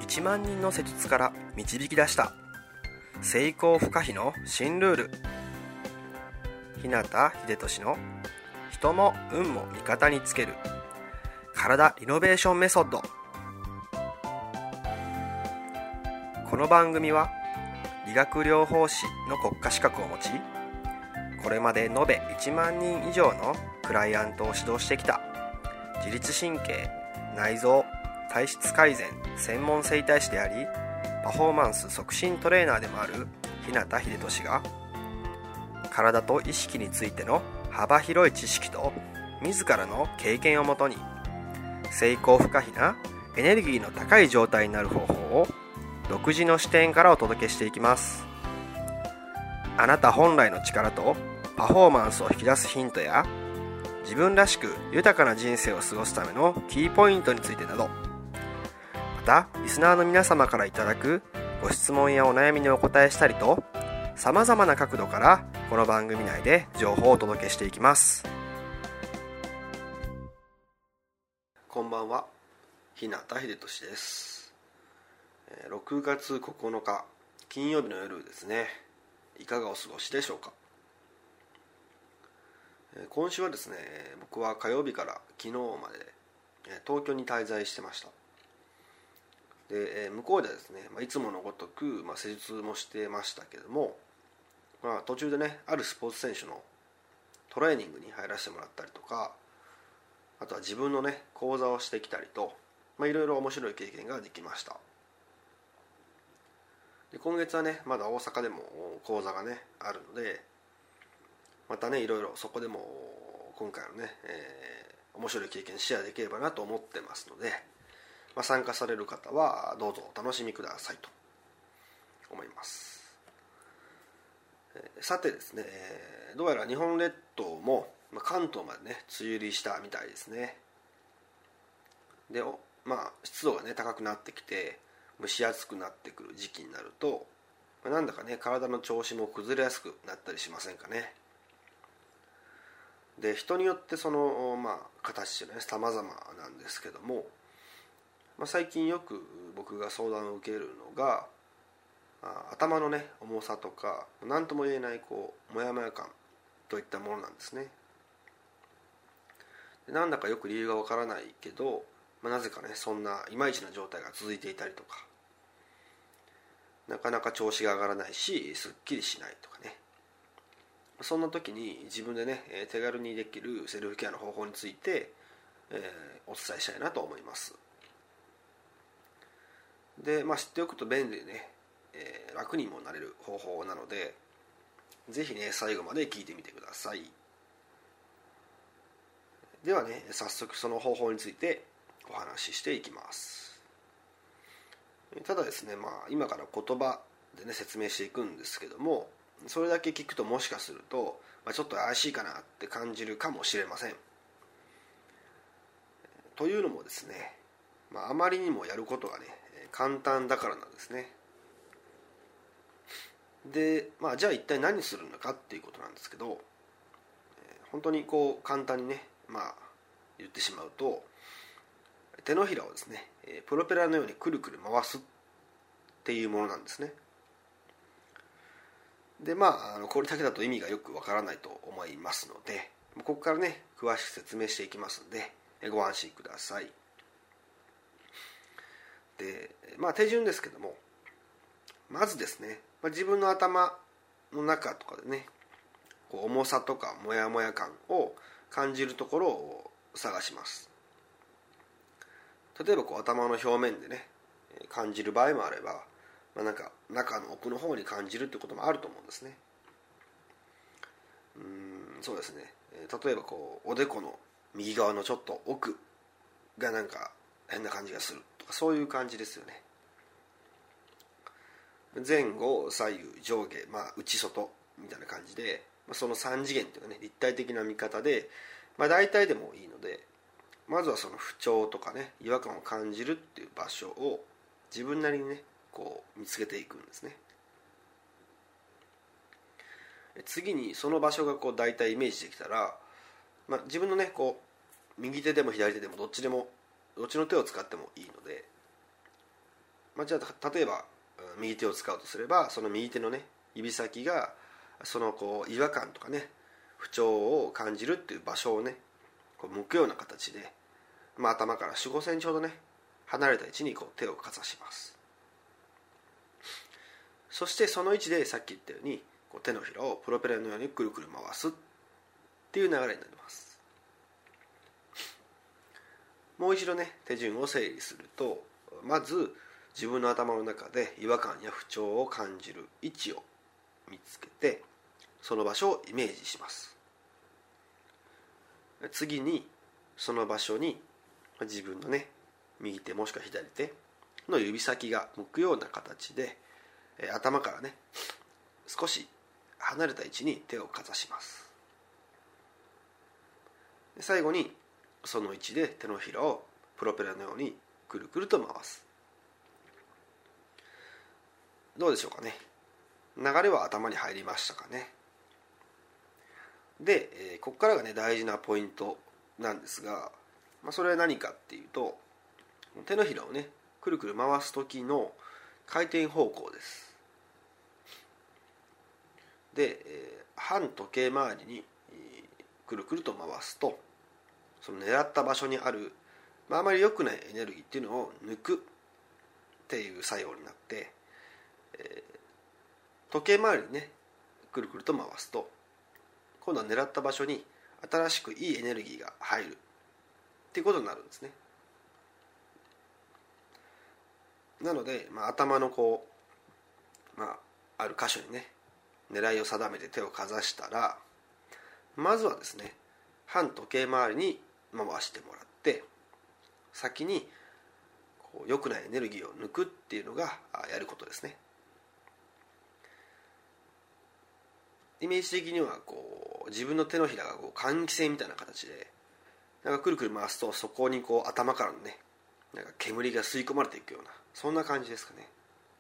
1万人の施術から導き出した成功不可避の新ルール。日向秀俊の人も運も味方につける体リノベーションメソッド。この番組は理学療法士の国家資格を持ち、これまで延べ1万人以上のクライアントを指導してきた自律神経、内臓、体質改善専門整体師であり、パフォーマンス促進トレーナーでもある日向秀俊が、体と意識についての幅広い知識と自らの経験をもとに、成功不可避なエネルギーの高い状態になる方法を独自の視点からお届けしていきます。あなた本来の力とパフォーマンスを引き出すヒントや、自分らしく豊かな人生を過ごすためのキーポイントについてなど、またリスナーの皆様からいただくご質問やお悩みにお答えしたりと、さまざまな角度からこの番組内で情報をお届けしていきます。こんばんは、日向秀俊です。6月9日金曜日の夜ですね。いかがお過ごしでしょうか。今週はですね、僕は火曜日から昨日まで東京に滞在してました。で向こうではですね、いつものごとく施術もしてましたけれども、途中でね、あるスポーツ選手のトレーニングに入らせてもらったりとか、あとは自分のね講座をしてきたりと、いろいろ面白い経験ができました。で今月はね、まだ大阪でも講座がねあるので、またねいろいろそこでも今回のね、面白い経験シェアできればなと思ってますので、参加される方はどうぞお楽しみくださいと思います。さてですね、どうやら日本列島も関東までね梅雨入りしたみたいですね。で湿度がね高くなってきて蒸し暑くなってくる時期になると、なんだかね体の調子も崩れやすくなったりしませんかね。で人によってその形ってね様々なんですけども、最近よく僕が相談を受けるのが、頭のね重さとか何とも言えないモヤモヤ感といったものなんですね。でなんだかよく理由がわからないけど、なぜかねそんないまいちな状態が続いていたりとか、なかなか調子が上がらないしすっきりしないとかね、そんな時に自分でね手軽にできるセルフケアの方法について、お伝えしたいなと思います。で知っておくと便利でね、楽にもなれる方法なので、ぜひね最後まで聞いてみてください。ではね早速その方法についてお話ししていきます。ただですね、今から言葉でね説明していくんですけども、それだけ聞くともしかすると、ちょっと怪しいかなって感じるかもしれません。というのもですね、あまりにもやることがね簡単だからなんですね。でじゃあ一体何するのかっていうことなんですけど、本当に簡単にね言ってしまうと、手のひらをですねプロペラのようにくるくる回すっていうものなんですね。でこれだけだと意味がよくわからないと思いますので、ここからね詳しく説明していきますのでご安心ください。で手順ですけども、まずですね自分の頭の中とかでね重さとかモヤモヤ感を感じるところを探します。例えば頭の表面でね感じる場合もあれば、なんか中の奥の方に感じるってこともあると思うんですね。そうですね、例えばおでこの右側のちょっと奥がなんか変な感じがするとか、そういう感じですよね。前後左右上下、内外みたいな感じで、その3次元というかね立体的な見方で、大体でもいいので、まずはその不調とかね違和感を感じるっていう場所を自分なりにね見つけていくんですね。次にその場所が大体イメージできたら、自分のね右手でも左手でもどっちの手を使ってもいいので、 じゃあ例えば右手を使うとすれば、その右手のね指先がその違和感とかね不調を感じるっていう場所をね向くような形で、頭から4、5センチほどね離れた位置に手をかざします。そしてその位置でさっき言ったように手のひらをプロペラのようにくるくる回すっていう流れになります。もう一度ね手順を整理すると、まず自分の頭の中で違和感や不調を感じる位置を見つけて、その場所をイメージします。次にその場所に自分のね右手もしくは左手の指先が向くような形で、頭からね少し離れた位置に手をかざします。最後にその位置で手のひらをプロペラのようにくるくると回す。どうでしょうかね。流れは頭に入りましたかね。で、ここからがね大事なポイントなんですが、それは何かっていうと、手のひらをねくるくる回す時の回転方向です。で、反時計回りにくるくると回すと、その狙った場所にある、あまり良くないエネルギーっていうのを抜くっていう作用になって、時計回りにねくるくると回すと、今度は狙った場所に新しくいいエネルギーが入るっていうことになるんですね。なので、頭のある箇所にね狙いを定めて手をかざしたら、まずはですね反時計回りに回してもらって、先に良くないエネルギーを抜くっていうのがやることですね。イメージ的には自分の手のひらが換気扇みたいな形でくるくる回すと、そこに頭からのね煙が吸い込まれていくような、そんな感じですかね。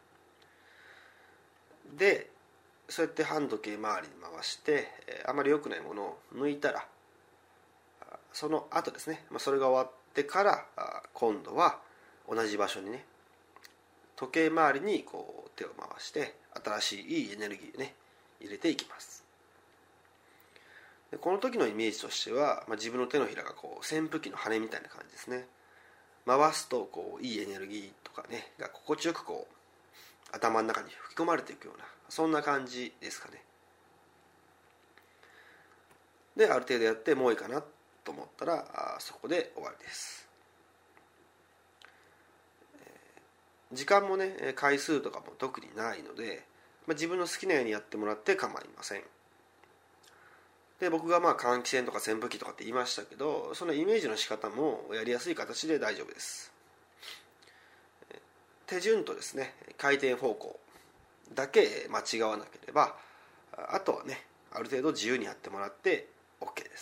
でそうやって反時計回りに回して、あまり良くないものを抜いたら、その後ですね、それが終わってから今度は同じ場所にね時計回りに手を回して新しいいいエネルギーをね入れていきます。でこの時のイメージとしては、自分の手のひらが扇風機の羽みたいな感じですね。回すといいエネルギーとかねが心地よく頭の中に吹き込まれていくような、そんな感じですかね。である程度やってもういいかなと思ったらそこで終わりです。時間もね回数とかも特にないので、自分の好きなようにやってもらって構いません。で僕が換気扇とか扇風機とかって言いましたけど、そのイメージの仕方もやりやすい形で大丈夫です。手順とですね回転方向だけ間違わなければ、あとはねある程度自由にやってもらって OK です。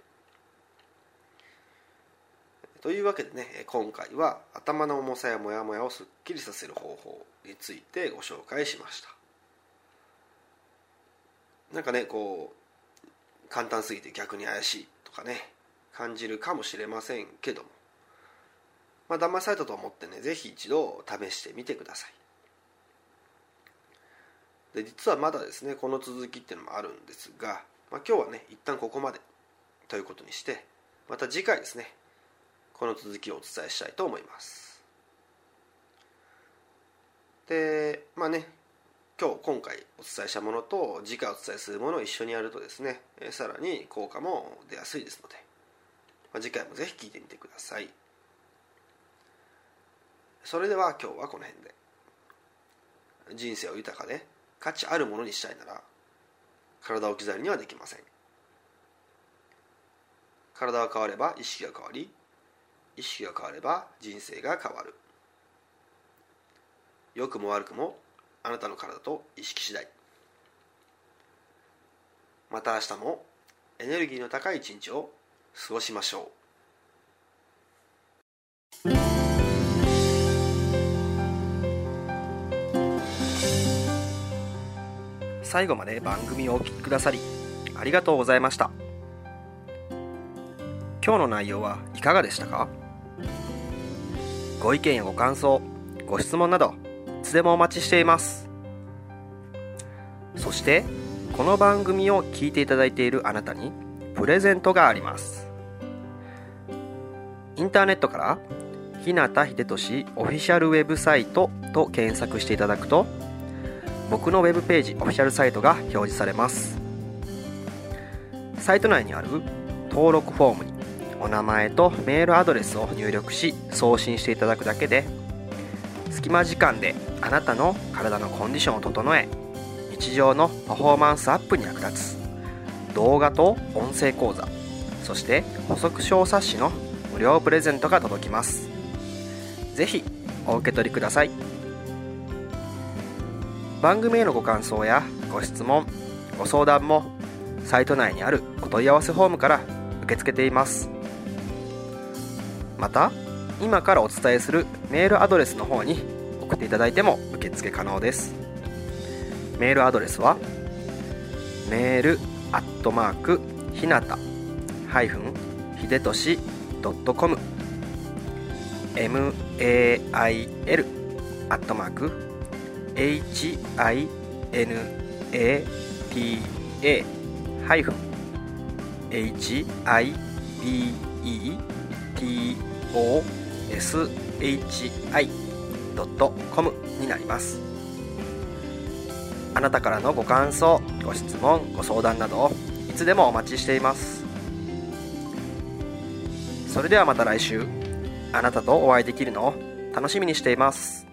というわけでね、今回は頭の重さやモヤモヤをすっきりさせる方法についてご紹介しました。なんかね簡単すぎて逆に怪しいとかね感じるかもしれませんけども、騙されたと思ってねぜひ一度試してみてください。で実はまだですねこの続きっていうのもあるんですが、今日はね一旦ここまでということにして、また次回ですねこの続きをお伝えしたいと思います。で今回お伝えしたものと次回お伝えするものを一緒にやるとですね、さらに効果も出やすいですので、次回もぜひ聞いてみてください。それでは今日はこの辺で。人生を豊かで価値あるものにしたいなら、体を置き去りにはできません。体が変われば意識が変わり、意識が変われば人生が変わる。良くも悪くもあなたの体と意識次第。また明日もエネルギーの高い一日を過ごしましょう。最後まで番組をお聞きくださりありがとうございました。今日の内容はいかがでしたか？ご意見やご感想、 ご質問などいつでもお待ちしています。そしてこの番組を聞いていただいているあなたにプレゼントがあります。インターネットから日向秀俊オフィシャルウェブサイトと検索していただくと、僕のウェブページオフィシャルサイトが表示されます。サイト内にある登録フォームにお名前とメールアドレスを入力し送信していただくだけで、隙間時間であなたの体のコンディションを整え、日常のパフォーマンスアップに役立つ動画と音声講座、そして補足小冊子の無料プレゼントが届きます。ぜひお受け取りください。番組へのご感想やご質問、ご相談もサイト内にあるお問い合わせフォームから受け付けています。また今からお伝えするメールアドレスの方に送っていただいても受付可能です。メールアドレスはメールひなたひでとし.com mail hinata-hibetos.com になります。あなたからのご感想、ご質問、ご相談などいつでもお待ちしています。それではまた来週、あなたとお会いできるのを楽しみにしています。